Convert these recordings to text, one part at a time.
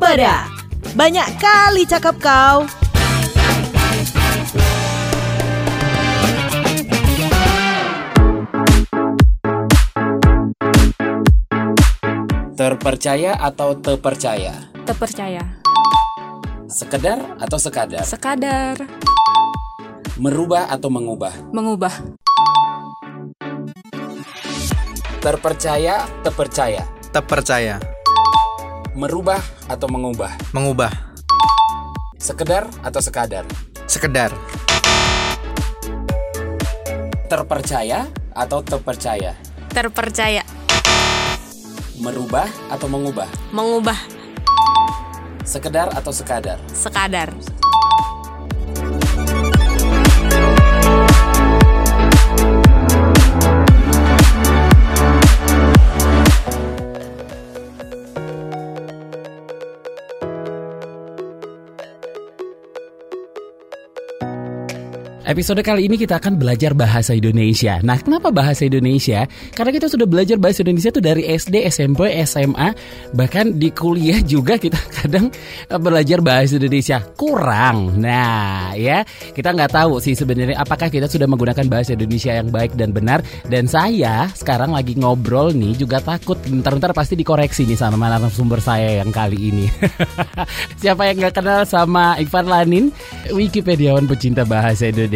Waspada, banyak kali cakap kau. Terpercaya atau terpercaya? Terpercaya. Sekedar atau sekadar? Sekadar. Merubah atau mengubah? Mengubah. Terpercaya, terpercaya? Terpercaya. Merubah atau mengubah? Mengubah. Sekedar atau sekadar? Sekedar. Terpercaya atau terpercaya? Terpercaya. Merubah atau mengubah? Mengubah. Sekedar atau sekadar? Sekadar. Episode kali ini kita akan belajar bahasa Indonesia. Nah, kenapa bahasa Indonesia? Karena kita sudah belajar bahasa Indonesia itu dari SD, SMP, SMA, bahkan di kuliah juga kita kadang belajar bahasa Indonesia kurang. Nah, ya kita nggak tahu sih sebenarnya apakah kita sudah menggunakan bahasa Indonesia yang baik dan benar. Dan saya sekarang lagi ngobrol nih juga takut ntar pasti dikoreksi nih sama narasumber saya yang kali ini. Siapa yang nggak kenal sama Ivan Lanin, Wikipediawan pecinta bahasa Indonesia.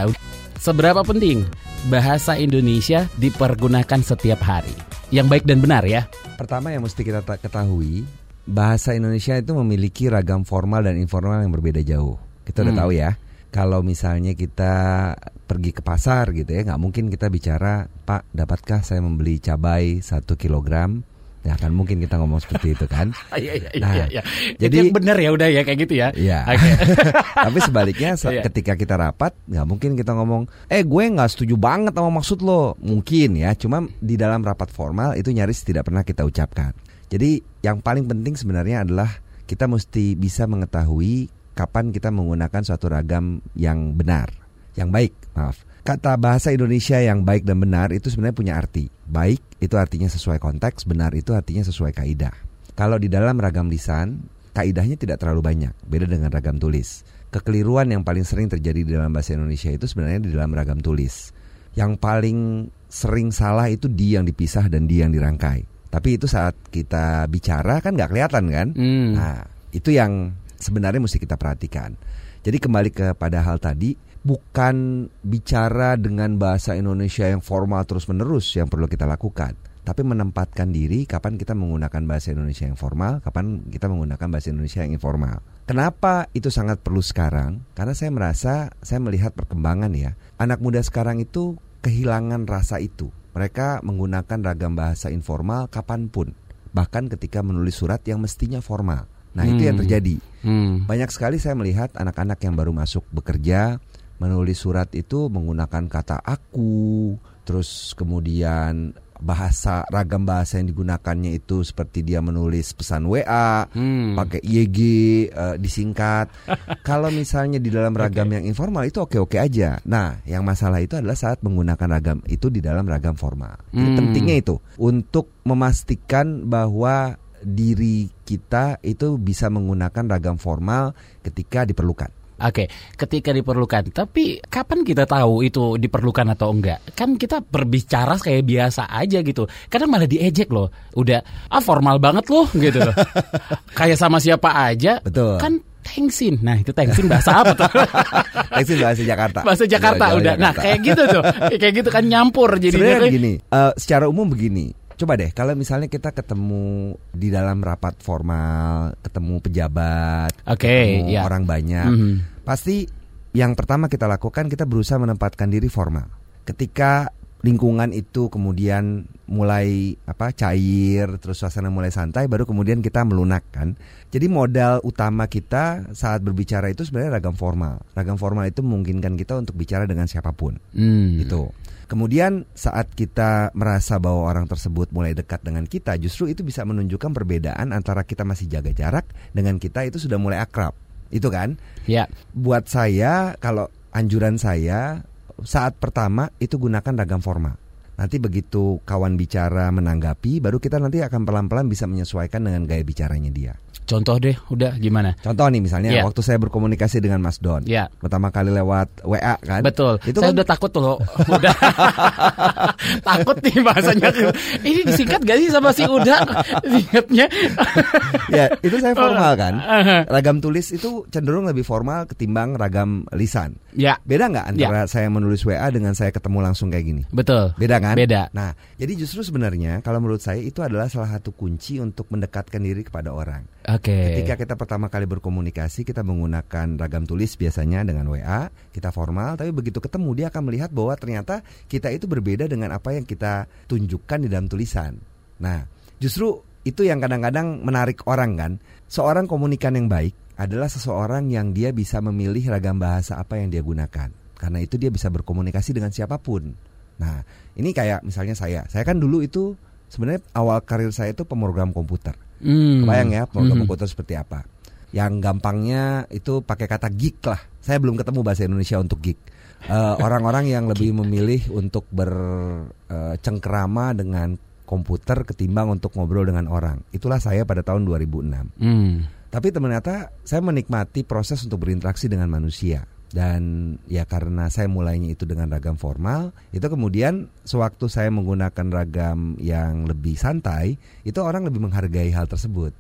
Seberapa penting bahasa Indonesia dipergunakan setiap hari? Yang baik dan benar ya. Pertama yang mesti kita ketahui, bahasa Indonesia itu memiliki ragam formal dan informal yang berbeda jauh. Kita udah tahu ya. Kalau misalnya kita pergi ke pasar gitu ya, nggak mungkin kita bicara, Pak, dapatkah saya membeli cabai 1 kilogram? Ya kan mungkin kita ngomong seperti itu kan. Iya. Jadi benar ya udah ya kayak gitu ya. Iya. Okay. Tapi sebaliknya ketika kita rapat nggak mungkin kita ngomong, gue nggak setuju banget sama maksud lo. Mungkin ya, cuma di dalam rapat formal itu nyaris tidak pernah kita ucapkan. Jadi yang paling penting sebenarnya adalah kita mesti bisa mengetahui kapan kita menggunakan suatu ragam yang benar, yang baik. Maaf. Kata bahasa Indonesia yang baik dan benar itu sebenarnya punya arti. Baik itu artinya sesuai konteks, benar itu artinya sesuai kaidah. Kalau di dalam ragam lisan, kaidahnya tidak terlalu banyak, beda dengan ragam tulis. Kekeliruan yang paling sering terjadi di dalam bahasa Indonesia itu sebenarnya di dalam ragam tulis. Yang paling sering salah itu di yang dipisah dan di yang dirangkai. Tapi itu saat kita bicara kan nggak kelihatan kan? Nah, itu yang sebenarnya mesti kita perhatikan. Jadi kembali kepada hal tadi, bukan bicara dengan bahasa Indonesia yang formal terus-menerus yang perlu kita lakukan, tapi menempatkan diri kapan kita menggunakan bahasa Indonesia yang formal, kapan kita menggunakan bahasa Indonesia yang informal. Kenapa itu sangat perlu sekarang? Karena saya melihat perkembangan ya. Anak muda sekarang itu kehilangan rasa itu. Mereka menggunakan ragam bahasa informal kapanpun, bahkan ketika menulis surat yang mestinya formal. Nah, itu yang terjadi. Banyak sekali saya melihat anak-anak yang baru masuk bekerja menulis surat itu menggunakan kata aku, terus kemudian ragam bahasa yang digunakannya itu seperti dia menulis pesan WA, pakai IG, disingkat. Kalau misalnya di dalam ragam yang informal itu oke-oke aja. Nah, yang masalah itu adalah saat menggunakan ragam itu di dalam ragam formal. Jadi pentingnya itu untuk memastikan bahwa diri kita itu bisa menggunakan ragam formal ketika diperlukan. Oke, ketika diperlukan. Tapi kapan kita tahu itu diperlukan atau enggak? Kan kita berbicara kayak biasa aja gitu. Kadang malah diejek loh. Udah formal banget loh gitu loh. Kayak sama siapa aja. Betul. Kan thanksin. Nah, itu thanksin bahasa apa tuh? Thanksin bahasa Jakarta. Bahasa Jakarta udah. Jakarta. Nah, kayak gitu tuh. Kayak gitu kan nyampur jadinya. Sebenarnya begini, secara umum begini. Coba deh, kalau misalnya kita ketemu di dalam rapat formal, ketemu pejabat, ketemu orang banyak, pasti yang pertama kita lakukan, kita berusaha menempatkan diri formal. Ketika lingkungan itu kemudian mulai cair, terus suasana mulai santai, baru kemudian kita melunak kan. Jadi modal utama kita saat berbicara itu sebenarnya ragam formal. Ragam formal itu memungkinkan kita untuk bicara dengan siapapun. Gitu. Kemudian saat kita merasa bahwa orang tersebut mulai dekat dengan kita, justru itu bisa menunjukkan perbedaan antara kita masih jaga jarak dengan kita itu sudah mulai akrab. Itu kan? Ya. Buat saya, kalau anjuran saya, saat pertama itu gunakan ragam formal. Nanti begitu kawan bicara menanggapi, baru kita nanti akan pelan-pelan bisa menyesuaikan dengan gaya bicaranya dia. Contoh deh, udah gimana? Contoh nih misalnya waktu saya berkomunikasi dengan Mas Don, pertama kali lewat WA kan. Betul. Itu saya kan udah takut loh. Udah takut nih bahasanya. Ini disingkat gak sih sama si Uda? Singkatnya. Ya itu saya formal kan. Ragam tulis itu cenderung lebih formal ketimbang ragam lisan. Ya. Beda nggak antara saya menulis WA dengan saya ketemu langsung kayak gini? Betul. Beda kan? Beda. Nah, jadi justru sebenarnya kalau menurut saya itu adalah salah satu kunci untuk mendekatkan diri kepada orang. Ketika kita pertama kali berkomunikasi, kita menggunakan ragam tulis biasanya dengan WA, kita formal, tapi begitu ketemu dia akan melihat bahwa ternyata kita itu berbeda dengan apa yang kita tunjukkan di dalam tulisan. Nah, justru itu yang kadang-kadang menarik orang kan. Seorang komunikan yang baik adalah seseorang yang dia bisa memilih ragam bahasa apa yang dia gunakan. Karena itu dia bisa berkomunikasi dengan siapapun. Nah, ini kayak misalnya saya kan dulu itu sebenarnya awal karir saya itu pemrogram komputer. Kebayang ya program komputer seperti apa. Yang gampangnya itu pakai kata geek lah. Saya belum ketemu bahasa Indonesia untuk geek. Orang-orang yang lebih memilih untuk bercengkerama dengan komputer ketimbang untuk ngobrol dengan orang. Itulah saya pada tahun 2006. Tapi ternyata saya menikmati proses untuk berinteraksi dengan manusia. Dan ya karena saya mulainya itu dengan ragam formal, itu kemudian sewaktu saya menggunakan ragam yang lebih santai, itu orang lebih menghargai hal tersebut.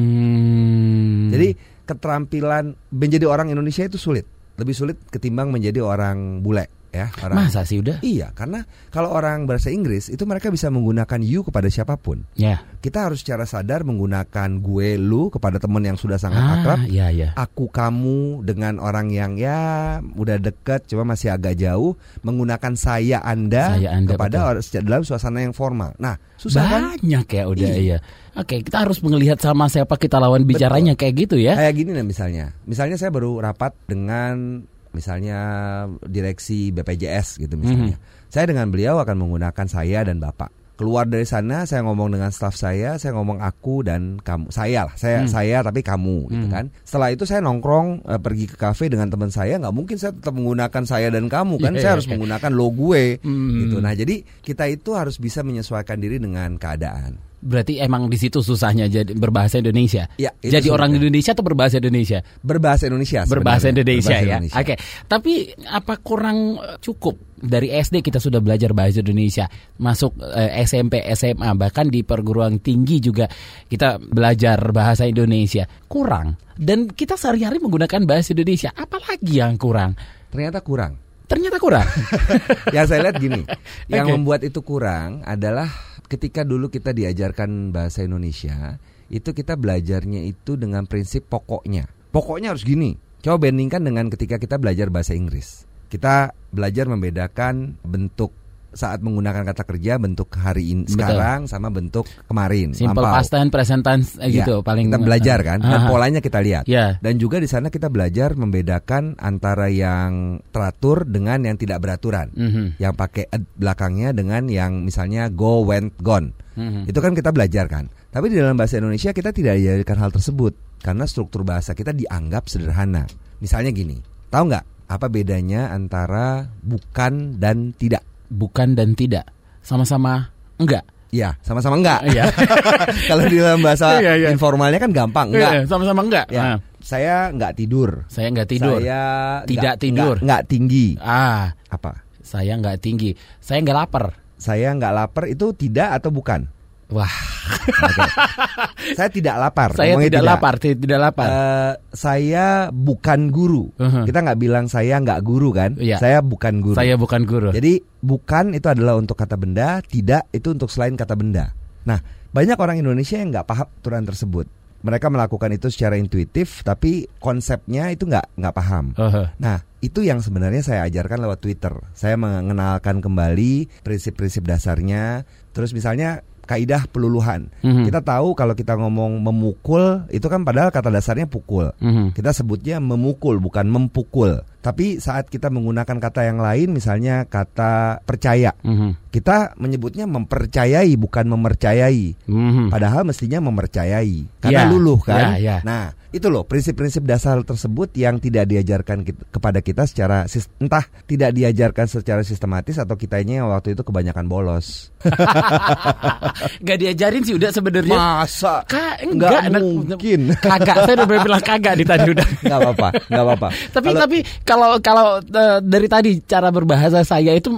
Jadi keterampilan menjadi orang Indonesia itu sulit, lebih sulit ketimbang menjadi orang bule. Ya, masa sih udah? Iya, karena kalau orang bahasa Inggris itu mereka bisa menggunakan you kepada siapapun. Kita harus secara sadar menggunakan gue, lu kepada teman yang sudah sangat akrab. Aku, kamu dengan orang yang ya udah dekat cuma masih agak jauh. Menggunakan saya, anda kepada dalam suasana yang formal. Nah, susah banyak kan? Ya udah iya. Oke, kita harus melihat sama siapa kita lawan bicaranya. Betul. Kayak gitu ya. Kayak gini nih misalnya saya baru rapat dengan misalnya direksi BPJS gitu misalnya. Saya dengan beliau akan menggunakan saya dan Bapak. Keluar dari sana saya ngomong dengan staf saya ngomong aku dan kamu. Saya tapi kamu gitu kan. Setelah itu saya nongkrong pergi ke kafe dengan teman saya, nggak mungkin saya tetap menggunakan saya dan kamu kan. Saya harus menggunakan lo gue gitu. Nah, jadi kita itu harus bisa menyesuaikan diri dengan keadaan. Berarti emang di situ susahnya jadi berbahasa Indonesia. Ya, jadi orang Indonesia atau berbahasa Indonesia? Berbahasa Indonesia. Berbahasa Indonesia ya. Oke. Tapi apa kurang cukup dari SD kita sudah belajar bahasa Indonesia, masuk SMP, SMA, bahkan di perguruan tinggi juga kita belajar bahasa Indonesia. Kurang. Dan kita sehari-hari menggunakan bahasa Indonesia. Apalagi yang kurang? Ternyata kurang. Yang saya lihat gini, yang membuat itu kurang adalah ketika dulu kita diajarkan bahasa Indonesia, itu kita belajarnya itu dengan prinsip pokoknya. Pokoknya harus gini. Coba bandingkan dengan ketika kita belajar bahasa Inggris. Kita belajar membedakan bentuk saat menggunakan kata kerja, bentuk hari ini sekarang sama bentuk kemarin. Simple past tense, present tense gitu paling kita belajar kan dan polanya kita lihat. Dan juga di sana kita belajar membedakan antara yang teratur dengan yang tidak beraturan. Yang pakai belakangnya dengan yang misalnya go, went, gone. Itu kan kita belajar kan. Tapi di dalam bahasa Indonesia kita tidak diajarkan hal tersebut karena struktur bahasa kita dianggap sederhana. Misalnya gini, tahu nggak apa bedanya antara bukan dan tidak? Bukan dan tidak, sama-sama enggak. Iya, sama-sama enggak. Kalau di dalam bahasa informalnya kan gampang, enggak. Sama-sama enggak. Ya. Saya enggak tidur. Saya enggak tidur. Saya tidak tidur. Enggak tinggi. Apa? Saya enggak tinggi. Saya enggak lapar. Saya enggak lapar itu tidak atau bukan? Wah. Saya tidak lapar. Saya tidak lapar. Saya bukan guru. Kita nggak bilang saya nggak guru kan? Saya bukan guru. Saya bukan guru. Jadi bukan itu adalah untuk kata benda, tidak itu untuk selain kata benda. Nah, banyak orang Indonesia yang nggak paham aturan tersebut. Mereka melakukan itu secara intuitif, tapi konsepnya itu nggak paham. Nah, itu yang sebenarnya saya ajarkan lewat Twitter. Saya mengenalkan kembali prinsip-prinsip dasarnya. Terus misalnya kaidah peluluhan. Kita tahu kalau kita ngomong memukul itu kan padahal kata dasarnya pukul. Kita sebutnya memukul bukan mempukul. Tapi saat kita menggunakan kata yang lain, misalnya kata percaya, kita menyebutnya mempercayai bukan memercayai. Padahal mestinya memercayai karena luluh kan. Nah, itu loh prinsip-prinsip dasar tersebut yang tidak diajarkan kepada kita secara entah tidak diajarkan secara sistematis atau kitanya yang waktu itu kebanyakan bolos. Gak diajarin sih udah sebenarnya. Masa? Enggak mungkin. Kagak, saya udah bilang kagak di tadi udah. Enggak apa-apa. Tapi kalau dari tadi cara berbahasa saya itu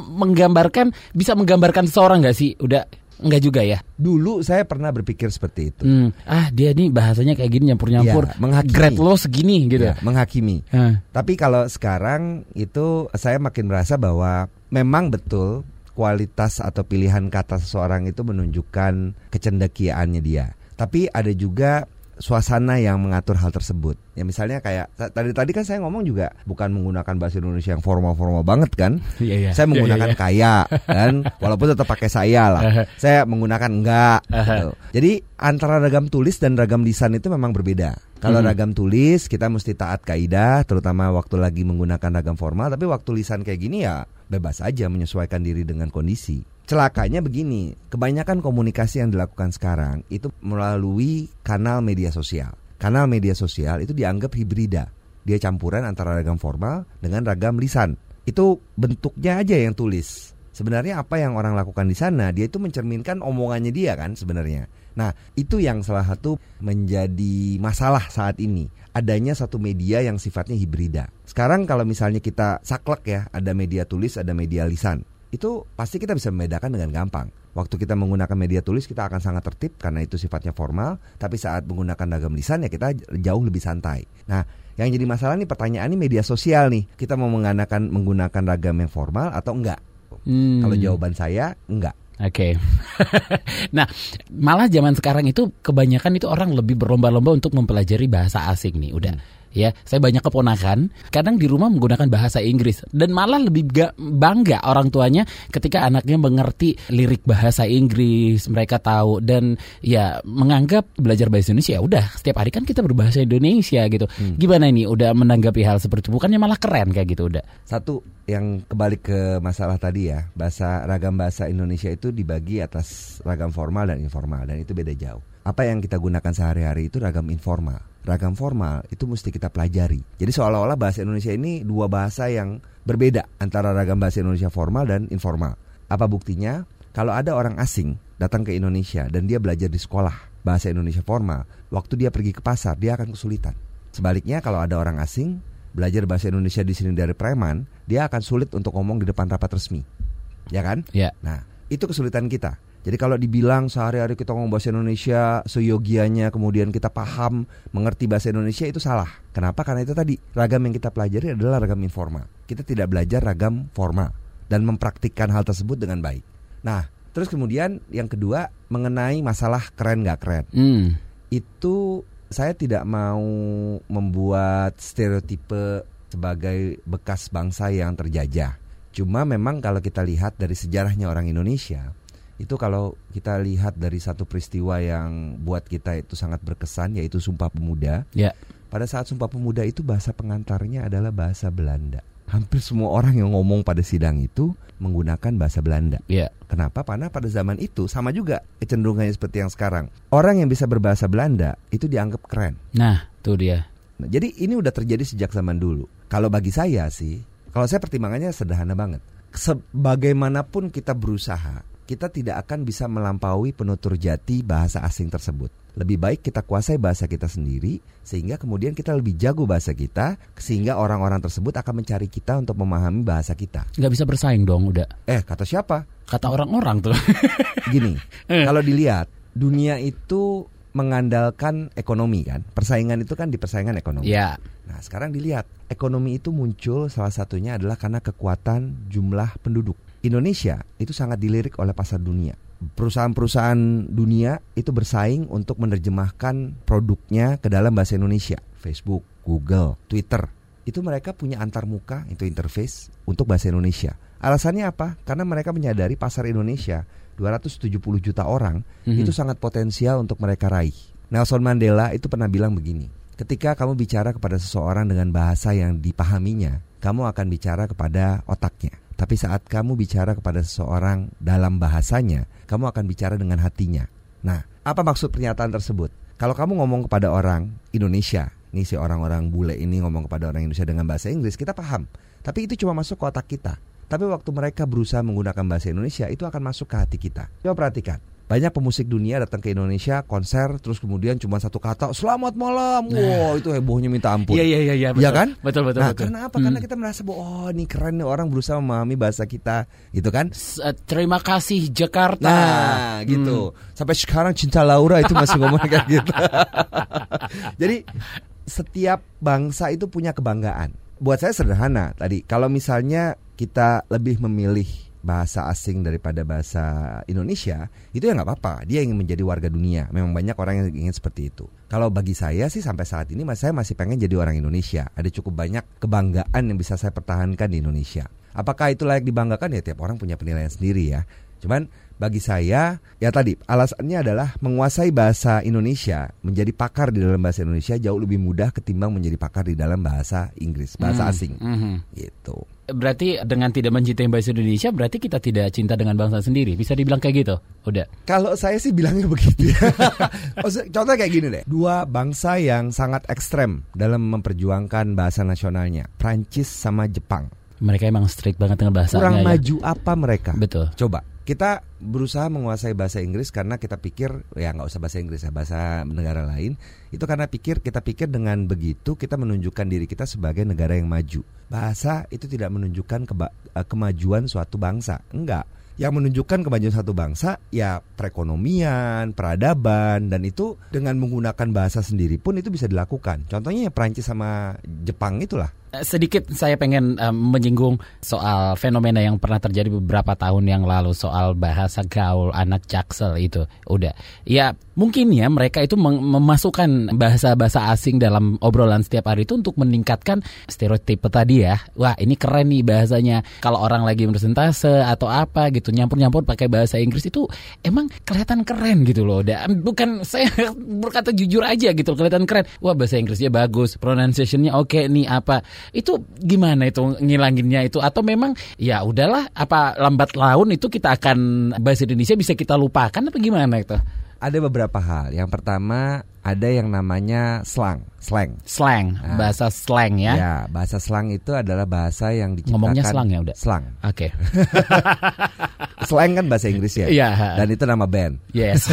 bisa menggambarkan seseorang nggak sih? Udah enggak juga ya? Dulu saya pernah berpikir seperti itu. Dia nih bahasanya kayak gini nyampur-nyampur. Grade lo segini gitu. Ya, menghakimi. Tapi kalau sekarang itu saya makin merasa bahwa memang betul kualitas atau pilihan kata seseorang itu menunjukkan kecendekiaannya dia. Tapi ada juga suasana yang mengatur hal tersebut. Ya misalnya kayak tadi kan saya ngomong juga bukan menggunakan bahasa Indonesia yang formal banget kan. Saya menggunakan kaya kan, walaupun tetap pakai saya lah. Saya menggunakan enggak gitu. Jadi antara ragam tulis dan ragam lisan itu memang berbeda. Kalau ragam tulis kita mesti taat kaidah, terutama waktu lagi menggunakan ragam formal. Tapi waktu lisan kayak gini ya bebas aja menyesuaikan diri dengan kondisi. Celakanya begini, kebanyakan komunikasi yang dilakukan sekarang itu melalui kanal media sosial. Kanal media sosial itu dianggap hibrida. Dia campuran antara ragam formal dengan ragam lisan. Itu bentuknya aja yang tulis. Sebenarnya apa yang orang lakukan di sana, dia itu mencerminkan omongannya dia kan sebenarnya. Nah, itu yang salah satu menjadi masalah saat ini. Adanya satu media yang sifatnya hibrida. Sekarang kalau misalnya kita saklek ya, ada media tulis, ada media lisan. Itu pasti kita bisa membedakan dengan gampang. Waktu kita menggunakan media tulis kita akan sangat tertib karena itu sifatnya formal. Tapi saat menggunakan ragam lisan ya kita jauh lebih santai. Nah, yang jadi masalah nih pertanyaan nih media sosial nih. Kita mau menggunakan ragam yang formal atau enggak? Kalau jawaban saya enggak. Oke. Nah, malah zaman sekarang itu kebanyakan itu orang lebih berlomba-lomba untuk mempelajari bahasa asing nih. Udah. Ya, saya banyak keponakan kadang di rumah menggunakan bahasa Inggris dan malah lebih bangga orang tuanya ketika anaknya mengerti lirik bahasa Inggris, mereka tahu dan ya menganggap belajar bahasa Indonesia ya udah setiap hari kan kita berbahasa Indonesia gitu. Gimana ini udah menanggapi hal seperti itu? Bukannya malah keren kayak gitu udah. Satu yang kembali ke masalah tadi ya, ragam bahasa Indonesia itu dibagi atas ragam formal dan informal dan itu beda jauh. Apa yang kita gunakan sehari-hari itu ragam informal. Ragam formal itu mesti kita pelajari. Jadi seolah-olah bahasa Indonesia ini dua bahasa yang berbeda antara ragam bahasa Indonesia formal dan informal. Apa buktinya? Kalau ada orang asing datang ke Indonesia dan dia belajar di sekolah bahasa Indonesia formal, waktu dia pergi ke pasar dia akan kesulitan. Sebaliknya kalau ada orang asing belajar bahasa Indonesia di sini dari preman, dia akan sulit untuk ngomong di depan rapat resmi. Ya kan? Ya. Nah, itu kesulitan kita. Jadi kalau dibilang sehari-hari kita ngomong bahasa Indonesia seyogianya, kemudian kita paham, mengerti bahasa Indonesia, itu salah. Kenapa? Karena itu tadi, ragam yang kita pelajari adalah ragam informal. Kita tidak belajar ragam formal dan mempraktikkan hal tersebut dengan baik. Nah, terus kemudian yang kedua mengenai masalah keren gak keren. Itu saya tidak mau membuat stereotipe sebagai bekas bangsa yang terjajah. Cuma memang kalau kita lihat dari sejarahnya orang Indonesia, itu kalau kita lihat dari satu peristiwa yang buat kita itu sangat berkesan, yaitu Sumpah Pemuda. Pada saat Sumpah Pemuda itu bahasa pengantarnya adalah bahasa Belanda. Hampir semua orang yang ngomong pada sidang itu menggunakan bahasa Belanda. Kenapa? Karena pada zaman itu sama juga kecenderungannya seperti yang sekarang. Orang yang bisa berbahasa Belanda itu dianggap keren. Nah, itu dia. Nah, jadi ini udah terjadi sejak zaman dulu. Kalau bagi saya sih, kalau saya pertimbangannya sederhana banget. Sebagaimanapun kita berusaha, kita tidak akan bisa melampaui penutur jati bahasa asing tersebut. Lebih baik kita kuasai bahasa kita sendiri, sehingga kemudian kita lebih jago bahasa kita, sehingga orang-orang tersebut akan mencari kita untuk memahami bahasa kita. Nggak bisa bersaing dong udah. Kata siapa? Kata orang-orang tuh. Gini, kalau dilihat, dunia itu mengandalkan ekonomi kan. Persaingan itu kan di persaingan ekonomi. Nah sekarang dilihat, ekonomi itu muncul salah satunya adalah karena kekuatan jumlah penduduk. Indonesia itu sangat dilirik oleh pasar dunia. Perusahaan-perusahaan dunia itu bersaing untuk menerjemahkan produknya ke dalam bahasa Indonesia. Facebook, Google, Twitter. Itu mereka punya antarmuka, itu interface untuk bahasa Indonesia. Alasannya apa? Karena mereka menyadari pasar Indonesia 270 juta orang itu sangat potensial untuk mereka raih. Nelson Mandela itu pernah bilang begini, ketika kamu bicara kepada seseorang dengan bahasa yang dipahaminya, kamu akan bicara kepada otaknya. Tapi saat kamu bicara kepada seseorang dalam bahasanya, kamu akan bicara dengan hatinya. Nah, apa maksud pernyataan tersebut? Kalau kamu ngomong kepada orang Indonesia, nih si orang-orang bule ini ngomong kepada orang Indonesia dengan bahasa Inggris, kita paham. Tapi itu cuma masuk ke otak kita. Tapi waktu mereka berusaha menggunakan bahasa Indonesia, itu akan masuk ke hati kita. Coba perhatikan. Banyak pemusik dunia datang ke Indonesia konser, terus kemudian cuma satu kata selamat malam. Wow, itu hebohnya minta ampun. Iya, Iya kan? Betul. Nah, karena apa? Karena kita merasa bahwa oh ini keren nih, orang berusaha memahami bahasa kita, gitu kan? Terima kasih Jakarta. Nah, gitu. Sampai sekarang Cinta Laura itu masih ngomong kayak gitu. Jadi setiap bangsa itu punya kebanggaan. Buat saya sederhana tadi. Kalau misalnya kita lebih memilih bahasa asing daripada bahasa Indonesia, itu ya nggak apa-apa. Dia ingin menjadi warga dunia. Memang banyak orang yang ingin seperti itu. Kalau bagi saya sih sampai saat ini saya masih pengen jadi orang Indonesia. Ada cukup banyak kebanggaan yang bisa saya pertahankan di Indonesia. Apakah itu layak dibanggakan? Ya tiap orang punya penilaian sendiri ya. Cuman bagi saya, ya tadi alasannya adalah menguasai bahasa Indonesia, menjadi pakar di dalam bahasa Indonesia jauh lebih mudah ketimbang menjadi pakar di dalam bahasa Inggris, bahasa asing. Gitu. Berarti dengan tidak mencintai bahasa Indonesia, berarti kita tidak cinta dengan bangsa sendiri. Bisa dibilang kayak gitu? Udah. Kalau saya sih bilangnya begitu ya. Contoh kayak gini deh. Dua bangsa yang sangat ekstrem dalam memperjuangkan bahasa nasionalnya, Prancis sama Jepang. Mereka emang strict banget dengan bahasanya. Kurang maju apa mereka? Betul. Coba. Kita berusaha menguasai bahasa Inggris karena kita pikir ya nggak usah bahasa Inggris ya, bahasa negara lain. Itu karena kita pikir dengan begitu kita menunjukkan diri kita sebagai negara yang maju. Bahasa itu tidak menunjukkan kemajuan suatu bangsa, enggak. Yang menunjukkan kemajuan satu bangsa ya perekonomian, peradaban, dan itu dengan menggunakan bahasa sendiri pun itu bisa dilakukan. Contohnya ya Prancis sama Jepang itulah. Sedikit saya pengen menyinggung soal fenomena yang pernah terjadi beberapa tahun yang lalu soal bahasa gaul anak Jaksel itu. Udah. Ya mungkin ya mereka itu memasukkan bahasa-bahasa asing dalam obrolan setiap hari itu untuk meningkatkan stereotipe tadi ya. Wah ini keren nih bahasanya. Kalau orang lagi presentase atau apa gitu nyampur-nyampur pakai bahasa Inggris itu emang kelihatan keren gitu loh. Bukan saya berkata jujur aja gitu kelihatan keren. Wah bahasa Inggrisnya bagus, pronunciation-nya oke nih apa. Itu gimana itu ngilanginnya itu atau memang ya udahlah apa lambat laun itu kita akan bahasa Indonesia bisa kita lupakan apa gimana itu? Ada beberapa hal. Yang pertama ada yang namanya slang. Nah, bahasa slang ya. Ya, bahasa slang itu adalah bahasa yang diciptakan. Ngomongnya slang ya udah. Slang. Oke. Slang kan bahasa Inggris ya. Iya. Dan itu nama band. Yes.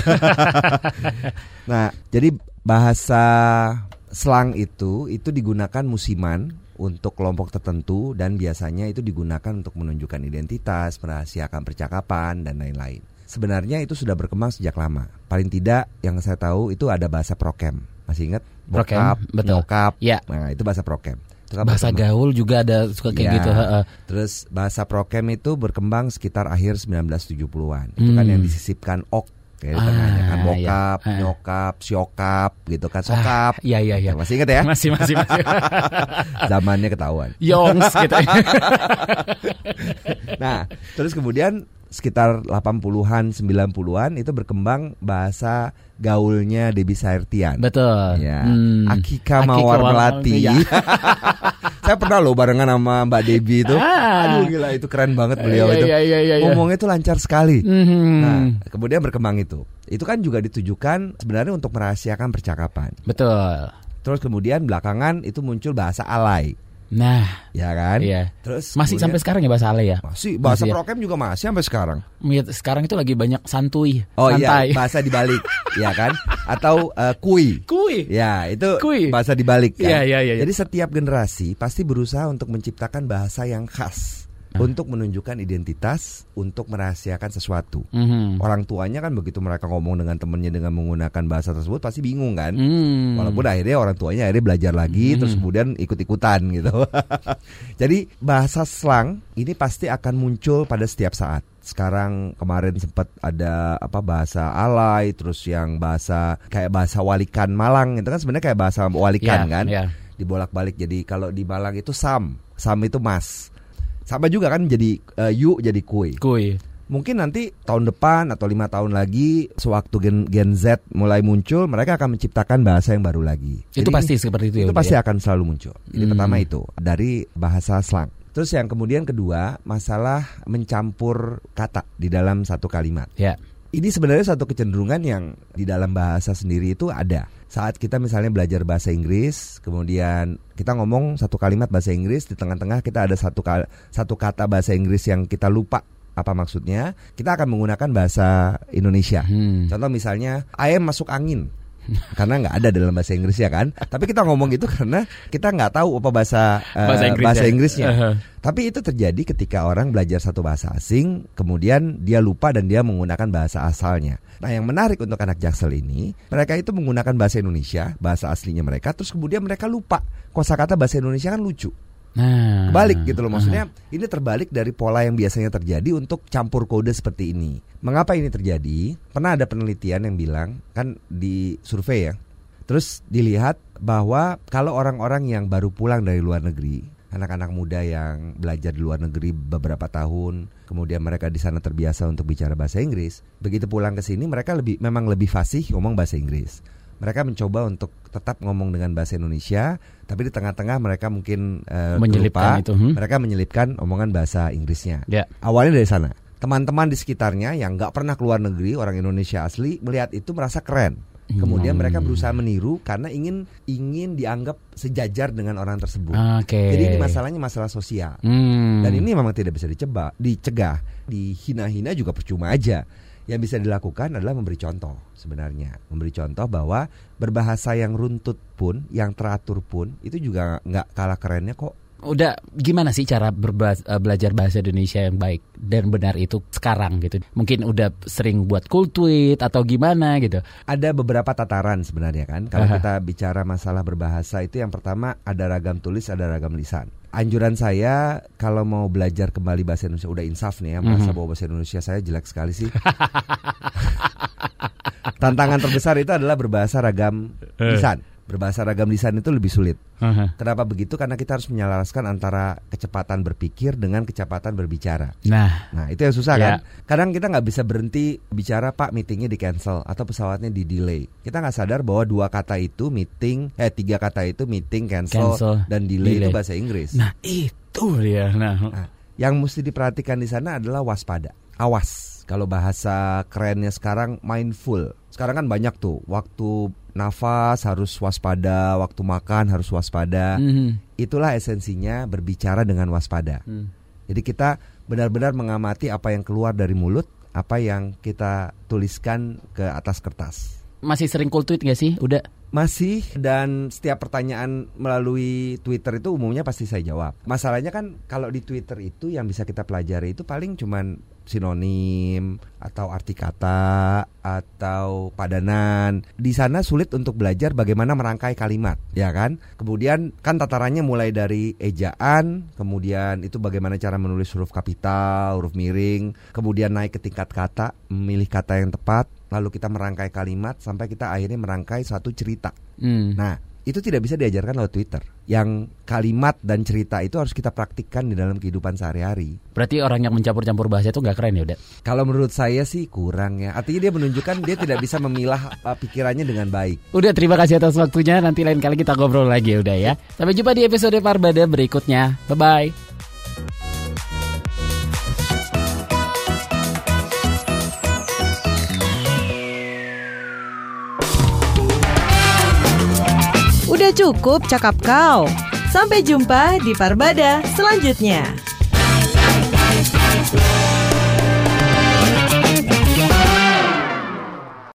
Nah, jadi bahasa slang itu digunakan musiman untuk kelompok tertentu dan biasanya itu digunakan untuk menunjukkan identitas, merahasiakan percakapan dan lain-lain. Sebenarnya itu sudah berkembang sejak lama. Paling tidak yang saya tahu itu ada bahasa prokem. Masih ingat? Bokap, nyokap. Ya. Nah, itu bahasa prokem. Itu kan bahasa gaul juga ada suka kayak gitu. Terus bahasa prokem itu berkembang sekitar akhir 1970-an. Itu kan yang disisipkan ok. Kayak tengahnya kan bokap, nyokap, siokap gitu kan, sokap. Iya. Masih ingat ya? Masih. Zamannya ketahuan. Yongs gitu. Nah, terus kemudian sekitar 80-an, 90-an itu berkembang bahasa gaulnya Debbie Saertian. Betul. Ya. Akika Mawar Melati. Ya. Saya pernah loh barengan sama Mbak Debbie itu. Aduh gila itu keren banget beliau itu. Ngomongnya tuh lancar sekali. Nah, kemudian berkembang itu. Itu kan juga ditujukan sebenarnya untuk merahasiakan percakapan. Betul. Terus kemudian belakangan itu muncul bahasa alay. Nah, ya kan? Iya. Terus masih sampai sekarang ya bahasa alay ya? Masih. Bahasa prokem juga masih sampai sekarang. Sekarang itu lagi banyak santuy. Oh santai. Iya, bahasa dibalik, ya kan? Atau kui. Ya, itu bahasa dibalik kan. Iya. Jadi setiap generasi pasti berusaha untuk menciptakan bahasa yang khas. Untuk menunjukkan identitas, untuk merahasiakan sesuatu. Orang tuanya kan begitu mereka ngomong dengan temennya dengan menggunakan bahasa tersebut pasti bingung kan. Walaupun akhirnya orang tuanya belajar lagi terus kemudian ikut-ikutan gitu. Jadi bahasa slang ini pasti akan muncul pada setiap saat. Sekarang kemarin sempat ada bahasa alay, terus yang bahasa kayak bahasa walikan Malang itu kan sebenarnya kayak bahasa walikan kan. Dibolak-balik jadi kalau di Malang itu sam itu mas. Sama juga kan jadi yu jadi kui. Mungkin nanti tahun depan atau 5 tahun lagi, sewaktu Gen Z mulai muncul, mereka akan menciptakan bahasa yang baru lagi. Itu Jadi, pasti seperti itu ya. Itu pasti akan selalu muncul. Jadi pertama itu dari bahasa slang. Terus yang kemudian kedua, masalah mencampur kata di dalam satu kalimat. Ya. Ini sebenarnya satu kecenderungan yang di dalam bahasa sendiri itu ada. Saat kita misalnya belajar bahasa Inggris, kemudian kita ngomong satu kalimat bahasa Inggris, di tengah-tengah kita ada satu kata bahasa Inggris yang kita lupa apa maksudnya, kita akan menggunakan bahasa Indonesia. Contoh misalnya, ayam masuk angin. Karena nggak ada dalam bahasa Inggris ya kan. Tapi kita ngomong itu karena kita nggak tahu apa bahasa Inggrisnya. Tapi itu terjadi ketika orang belajar satu bahasa asing, kemudian dia lupa dan dia menggunakan bahasa asalnya. Nah, yang menarik untuk anak Jaksel ini, mereka itu menggunakan bahasa Indonesia, bahasa aslinya mereka, terus kemudian mereka lupa kosakata bahasa Indonesia kan lucu. Nah, Kebalik gitu loh, maksudnya ini terbalik dari pola yang biasanya terjadi untuk campur kode seperti ini. Mengapa ini terjadi? Pernah ada penelitian yang bilang, kan di survei ya, terus dilihat bahwa kalau orang-orang yang baru pulang dari luar negeri, anak-anak muda yang belajar di luar negeri beberapa tahun, kemudian mereka di sana terbiasa untuk bicara bahasa Inggris, begitu pulang ke sini mereka memang lebih fasih ngomong bahasa Inggris. Mereka mencoba untuk tetap ngomong dengan bahasa Indonesia, tapi di tengah-tengah mereka mungkin menyelipkan itu. Mereka menyelipkan omongan bahasa Inggrisnya. Ya. Awalnya dari sana. Teman-teman di sekitarnya yang nggak pernah keluar negeri, orang Indonesia asli, melihat itu merasa keren. Kemudian mereka berusaha meniru karena ingin dianggap sejajar dengan orang tersebut. Jadi ini masalahnya masalah sosial. Dan ini memang tidak bisa dicegah. Dihina-hina juga percuma aja. Yang bisa dilakukan adalah memberi contoh sebenarnya. Memberi contoh bahwa berbahasa yang runtut pun, yang teratur pun, itu juga nggak kalah kerennya kok. Udah gimana sih cara belajar bahasa Indonesia yang baik dan benar itu sekarang gitu? Mungkin udah sering buat cool tweet atau gimana gitu? Ada beberapa tataran sebenarnya kan. Kalau kita bicara masalah berbahasa itu yang pertama ada ragam tulis, ada ragam lisan. Anjuran saya kalau mau belajar kembali bahasa Indonesia, udah insaf nih ya, merasa bahwa bahasa Indonesia saya jelek sekali sih. Tantangan terbesar itu adalah berbahasa ragam lisan. Berbahasa ragam lisan itu lebih sulit. Kenapa begitu? Karena kita harus menyelaraskan antara kecepatan berpikir dengan kecepatan berbicara. Nah itu yang susah kan. Kadang kita nggak bisa berhenti bicara, Pak meetingnya di cancel atau pesawatnya di delay. Kita nggak sadar bahwa tiga kata itu meeting, cancel dan delay itu bahasa Inggris. Nah itu dia. Nah, yang mesti diperhatikan di sana adalah waspada. Awas. Kalau bahasa kerennya sekarang mindful. Sekarang kan banyak tuh, waktu nafas harus waspada, waktu makan harus waspada. Itulah esensinya berbicara dengan waspada. Jadi kita benar-benar mengamati apa yang keluar dari mulut, apa yang kita tuliskan ke atas kertas. Masih sering cool tweet gak sih? Udah? Masih, dan setiap pertanyaan melalui Twitter itu umumnya pasti saya jawab. Masalahnya kan kalau di Twitter itu yang bisa kita pelajari itu paling cuman sinonim atau arti kata atau padanan. Di sana sulit untuk belajar bagaimana merangkai kalimat, ya kan? Kemudian kan tatarannya mulai dari ejaan, kemudian itu bagaimana cara menulis huruf kapital, huruf miring, kemudian naik ke tingkat kata, memilih kata yang tepat, lalu kita merangkai kalimat sampai kita akhirnya merangkai suatu cerita. Nah, itu tidak bisa diajarkan lewat Twitter. Yang kalimat dan cerita itu harus kita praktikkan di dalam kehidupan sehari-hari. Berarti orang yang mencampur-campur bahasa itu gak keren ya udah? Kalau menurut saya sih kurang ya. Artinya dia menunjukkan dia tidak bisa memilah pikirannya dengan baik. Udah, terima kasih atas waktunya. Nanti lain kali kita ngobrol lagi udah ya. Sampai jumpa di episode Parbada berikutnya. Bye-bye. Udah cukup cakap kau. Sampai jumpa di Parbada selanjutnya.